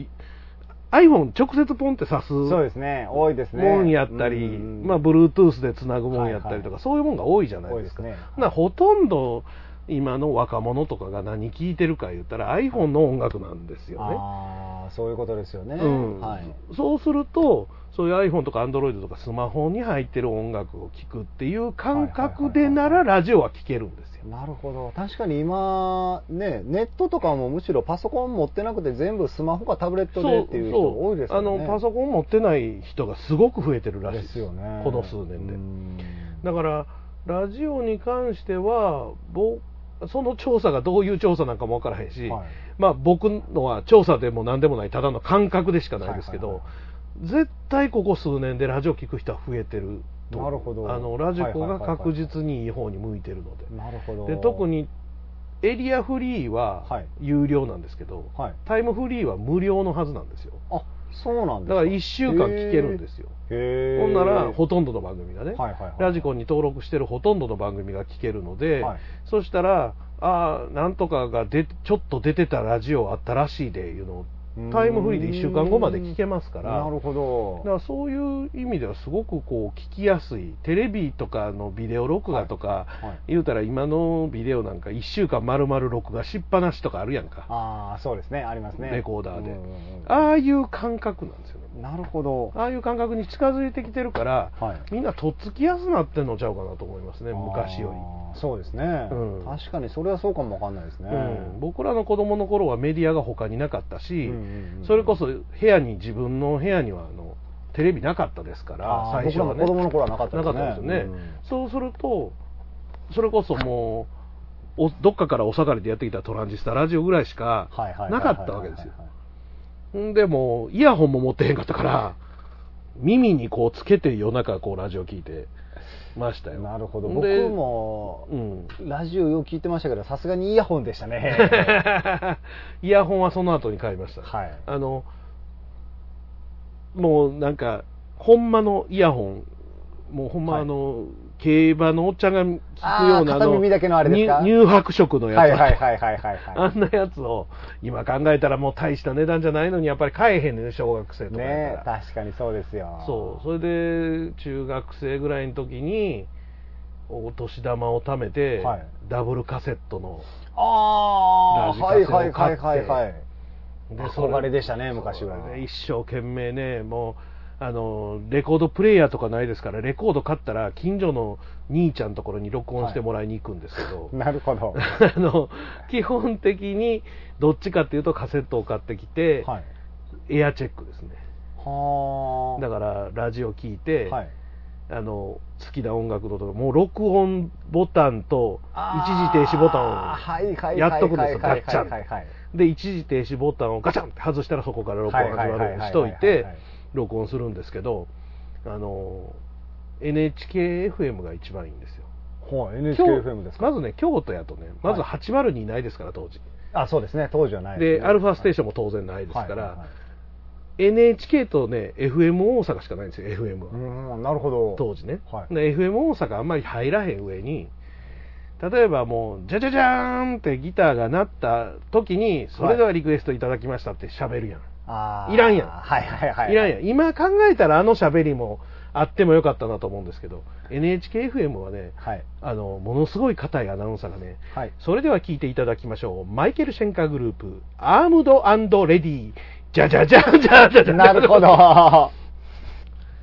iPhone 直接ポンって挿す多いですね。 もんやったり、Bluetooth でつなぐもんやったりとか、そういうもんが多いじゃないですか。ほとんど今の若者とかが何聴いてるか言ったら iPhone の音楽なんですよね。 そういうことですよね。 そうするとそういう iPhone とか Android とかスマホに入ってる音楽を聴くっていう感覚でならラジオは聴けるんですよ。 なるほど。確かに今ね、ネットとかもむしろパソコン持ってなくて全部スマホかタブレットでっていう人多いですよね。 パソコン持ってない人がすごく増えてるらしいですよね、この数年で。だからラジオに関してはその調査がどういう調査なんかも分からへんし、僕のは調査でも何でもないただの感覚でしかないですけど、絶対ここ数年でラジオ聞く人は増えてると。 なるほど。 ラジコが確実にいい方に向いてるので。なるほど。で、特にエリアフリーは有料なんですけど、タイムフリーは無料のはずなんですよ。 そうなんですか。 だから1週間聞けるんですよ。ほんならほとんどの番組がね、ラジコンに登録してるほとんどの番組が聞けるので、そしたらなんとかがちょっと出てたラジオあったらしいでいうのをタイムフリーで1週間後まで聞けますから。 なるほど。 だからそういう意味ではすごく聞きやすい。テレビとかのビデオ録画とか、言うたら今のビデオなんか1週間丸々録画しっぱなしとかあるやんか。 そうですね、ありますね。 レコーダーで。ああいう感覚なんですよね。 なるほど。 ああいう感覚に近づいてきてるから、みんなとっつきやすなってんのちゃうかなと思いますね、昔より。 そうですね、確かにそれはそうかもわかんないですね。 僕らの子供の頃はメディアが他になかったし、それこそ自分の部屋にはテレビなかったですから、 最初はね。僕らの子供の頃はなかったですね。 なかったですよね。そうするとそれこそもうどっかからお下がりでやってきたトランジスタラジオぐらいしかなかったわけですよ。でもイヤホンも持ってへんかったから耳につけて夜中ラジオ聞いてましたよ。 なるほど。僕もラジオよく聞いてましたけど、さすがにイヤホンでしたね。 イヤホンはその後に買いました。もうなんかほんまのイヤホン、もうほんま競馬のおっちゃんが聞くような片耳だけのあれですか？ 乳白色のやつ、あんなやつを今考えたらもう大した値段じゃないのにやっぱり買えへんね、小学生とかやったら。確かにそうですよ。 それで中学生ぐらいの時にお年玉を貯めて、ダブルカセットのラジカセを買って憧れでしたね、昔は。 一生懸命ね、もうレコードプレイヤーとかないですから、レコード買ったら近所の兄ちゃんのところに録音してもらいに行くんですけど、 なるほど。 基本的にどっちかっていうとカセットを買ってきて、エアチェックですね。だからラジオ聞いて、好きな音楽のとかもう録音ボタンと一時停止ボタンをやっとくんですよ、ガッチャンで。一時停止ボタンをガチャンって外したらそこから録音始まるようにしといて録音するんですけど、NHK-FM が一番いいんですよ。 NHK-FM ですか。 まずね、京都やとね、まず802ないですから当時。 そうですね、当時はないで、アルファステーションも当然ないですから、NHK とね FM 大阪しかないんですよ、 FM は。 なるほど。 当時ね、で FM 大阪あんまり入らへん上に、例えばもうジャジャジャーンってギターが鳴った時に、それではリクエストいただきましたって喋るやん。いらんやん。いらんやん。今考えたら喋りもあってもよかったなと思うんですけど、 NHK-FM はね、ものすごい硬いアナウンサーがね、それでは聞いていただきましょう、マイケル・シェンカーグループアームド&レディージャジャジャジャジャジャ。 なるほど。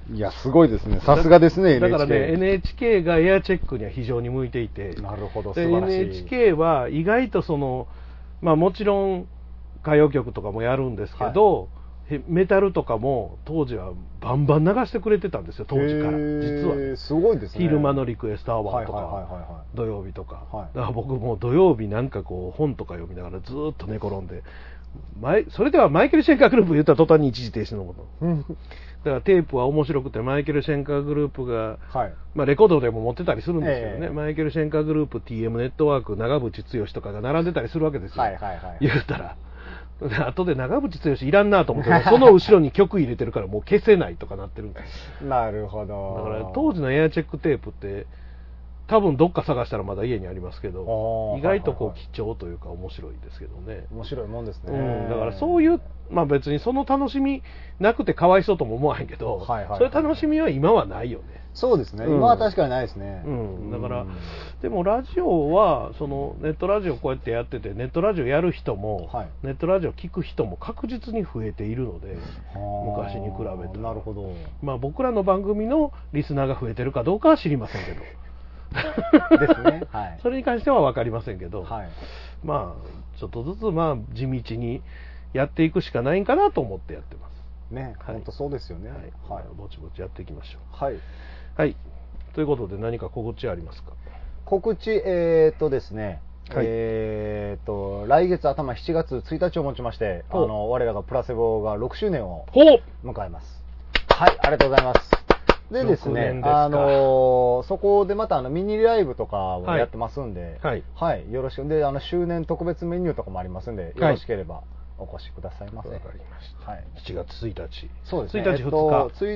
いや、すごいですね。さすがですね、 だからね、NHK がエアチェックには非常に向いていて。 なるほど、素晴らしい。 NHK は意外ともちろん歌謡曲とかもやるんですけど、メタルとかも当時はバンバン流してくれてたんですよ、当時から。実は。 すごいですね。 昼間のリクエストアワーとか、土曜日とか。だから僕も土曜日なんか本とか読みながらずっと寝転んで、それではマイケル・シェンカーグループ言った途端に一時停止のこと。だからテープは面白くて、マイケル・シェンカーグループが、レコードでも持ってたりするんですけどね、マイケル・シェンカーグループ、TM ネットワーク、長渕剛とかが並んでたりするわけですよ。言ったら。後で長渕剛いらんなと思って、その後ろに曲入れてるからもう消せないとかなってるんです。 なるほど。 だから当時のエアチェックテープって多分どっか探したらまだ家にありますけど、意外と貴重というか面白いですけどね。 面白いもんですね。 だからそういう、別にその楽しみなくてかわいそうとも思わへんけど、そういう楽しみは今はないよね。 そうですね、今は確かにないですね。 だからでもラジオはネットラジオこうやってやってて、ネットラジオやる人も、ネットラジオ聞く人も確実に増えているので、昔に比べて。なるほど。僕らの番組のリスナーが増えてるかどうかは知りませんけどですね。 それに関しては分かりませんけど、ちょっとずつ地道にやっていくしかないんかなと思ってやってますね。本当そうですよね。 ぼちぼちやっていきましょう。 はい。 ということで何か告知ありますか？ 告知、ですね、来月頭7月1日をもちまして、我らがプラセボが6周年を迎えます。はい、ありがとうございます。でですね、そこでまたミニライブとかをやってますんで、よろしく。で、周年特別メニューとかもありますんで、よろしければお越しくださいませ。 わかりました。7月1日。 そうですね。 1日2日。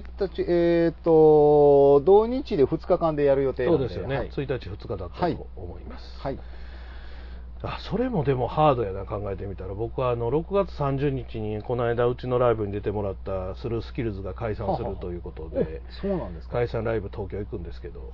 1日、同日で2日間でやる予定なので。 そうですよね。1日2日だったと思います。それもでもハードやな、考えてみたら。僕は6月30日にこの間うちのライブに出てもらったスルースキルズが解散するということで、 そうなんですか。 解散ライブ東京行くんですけど、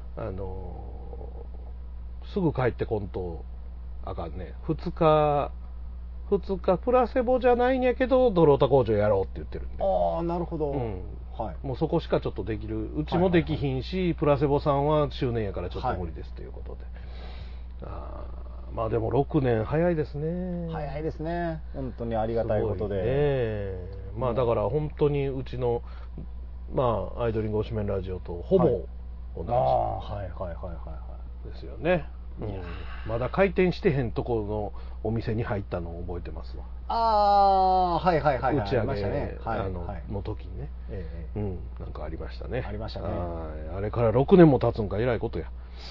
すぐ帰ってこんとあかんね。2日プラセボじゃないんやけどドロータ工場やろうって言ってるんで。 なるほど。 もうそこしかちょっとできる、うちもできひんし、プラセボさんは周年やからちょっと無理ですということで。でも6年早いですね。 早いですね。本当にありがたいことで。 だから本当にうちのアイドリング推しメンラジオとほぼ同じですよね。まだ開店してへんところのお店に入ったのを覚えてますわ。打ち上げの時にね。なんかありましたね。 ありましたね。 あれから6年も経つんか、えらいことや。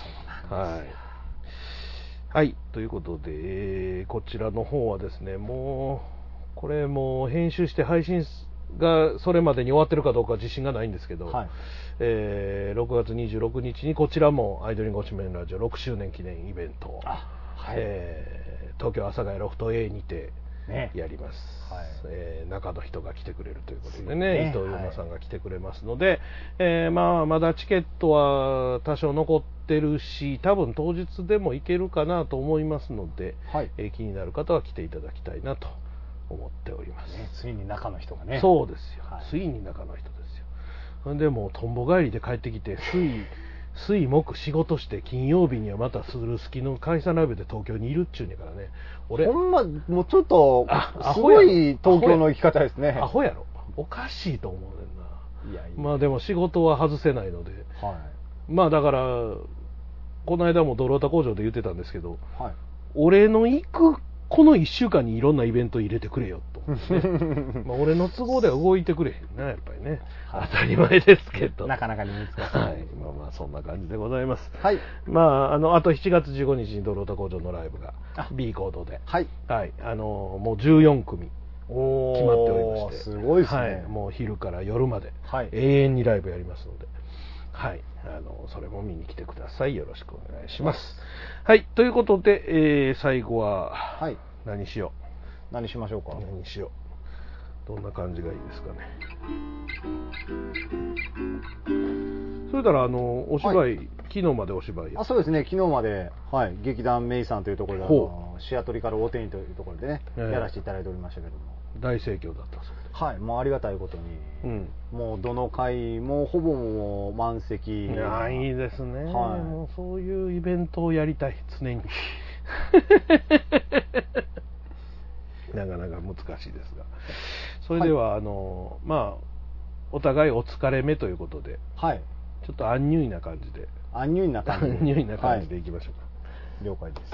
はい、ということで、こちらの方はですね、これも編集して配信がそれまでに終わってるかどうか自信がないんですけど、6月26日にこちらもアイドリング推しメンラジオ6周年記念イベントを、東京阿佐ヶ谷ロフト A にてやります。中の人が来てくれるということでね、伊藤優馬さんが来てくれますので、まだチケットは多少残ってるし、多分当日でも行けるかなと思いますので、気になる方は来ていただきたいなと思っております。 ついに中の人がね。 そうですよ。ついに中の人ですよ。でもとんぼ帰りで帰ってきて、水木仕事して金曜日にはまたスルスキの解散ライブで東京にいるっちゅうねんからね。 俺ほんまもうちょっとすごい東京の生き方ですね。 アホやろ。おかしいと思うねんな。でも仕事は外せないので、だからこの間もドロータ工場で言ってたんですけど、俺の行くこの1週間にいろんなイベント入れてくれよと、俺の都合では動いてくれへんな、やっぱりね。当たり前ですけど、 なかなかに難しい。 そんな感じでございます。あと7月15日にドロータ工場のライブが B コードで、もう14組決まっておりまして、 すごいですね。 もう昼から夜まで永遠にライブやりますので、それも見に来てください。よろしくお願いします。ということで、最後は何しよう。何しましょうか。 何しよう。どんな感じがいいですかね。それならお芝居、昨日までお芝居そうですね、昨日まで、劇団メイさんというところでシアトリカルオーテインというところでね、やらせていただいておりましたけども、 大盛況だったそうはい、もうありがたいことに、もうどの回もほぼもう満席。 いやいいですね、はい、もうそういうイベントをやりたい、常になかなか難しいですが、それでは、はい、まあお互いお疲れ目ということで、はい、ちょっとアンニュイな感じでアンニュイな感じでいきましょうか。 了解です。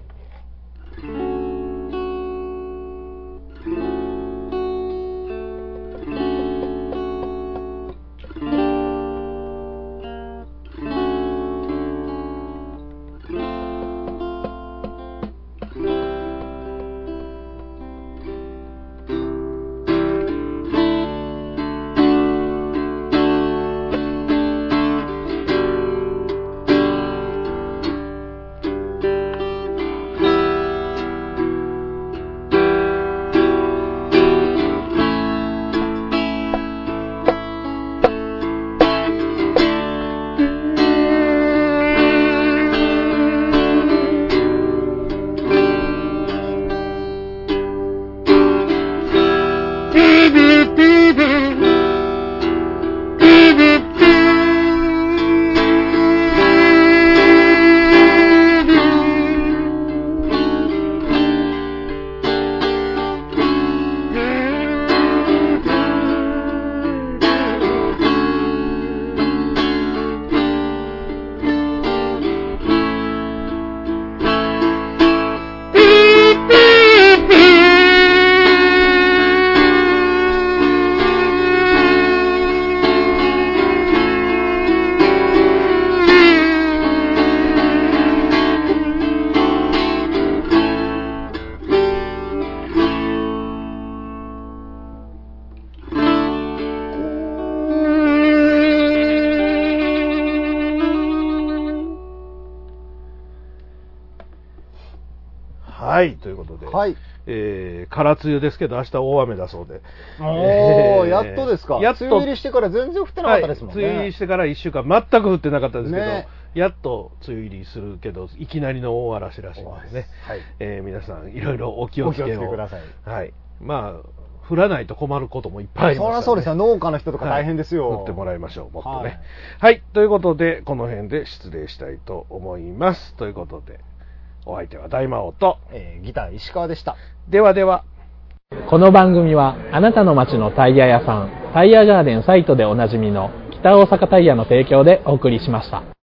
はい、ということで、はい、空梅雨ですけど明日大雨だそうで、 やっとですか。梅雨入りしてから全然降ってなかったですもんね。 梅雨入りしてから1週間全く降ってなかったですけど、やっと梅雨入りするけどいきなりの大嵐らしいのでね、はい、皆さんいろいろお気をつけください。 はい、まあ降らないと困ることもいっぱいありますから、ね、 そうですよ。農家の人とか大変ですよ。 降ってもらいましょう、もっとね。はい、ということでこの辺で失礼したいと思います。ということでお相手は大魔王と、 ギター石川でした。 ではでは。 この番組はあなたの街のタイヤ屋さん、タイヤガーデンサイトでおなじみの北大阪タイヤの提供でお送りしました。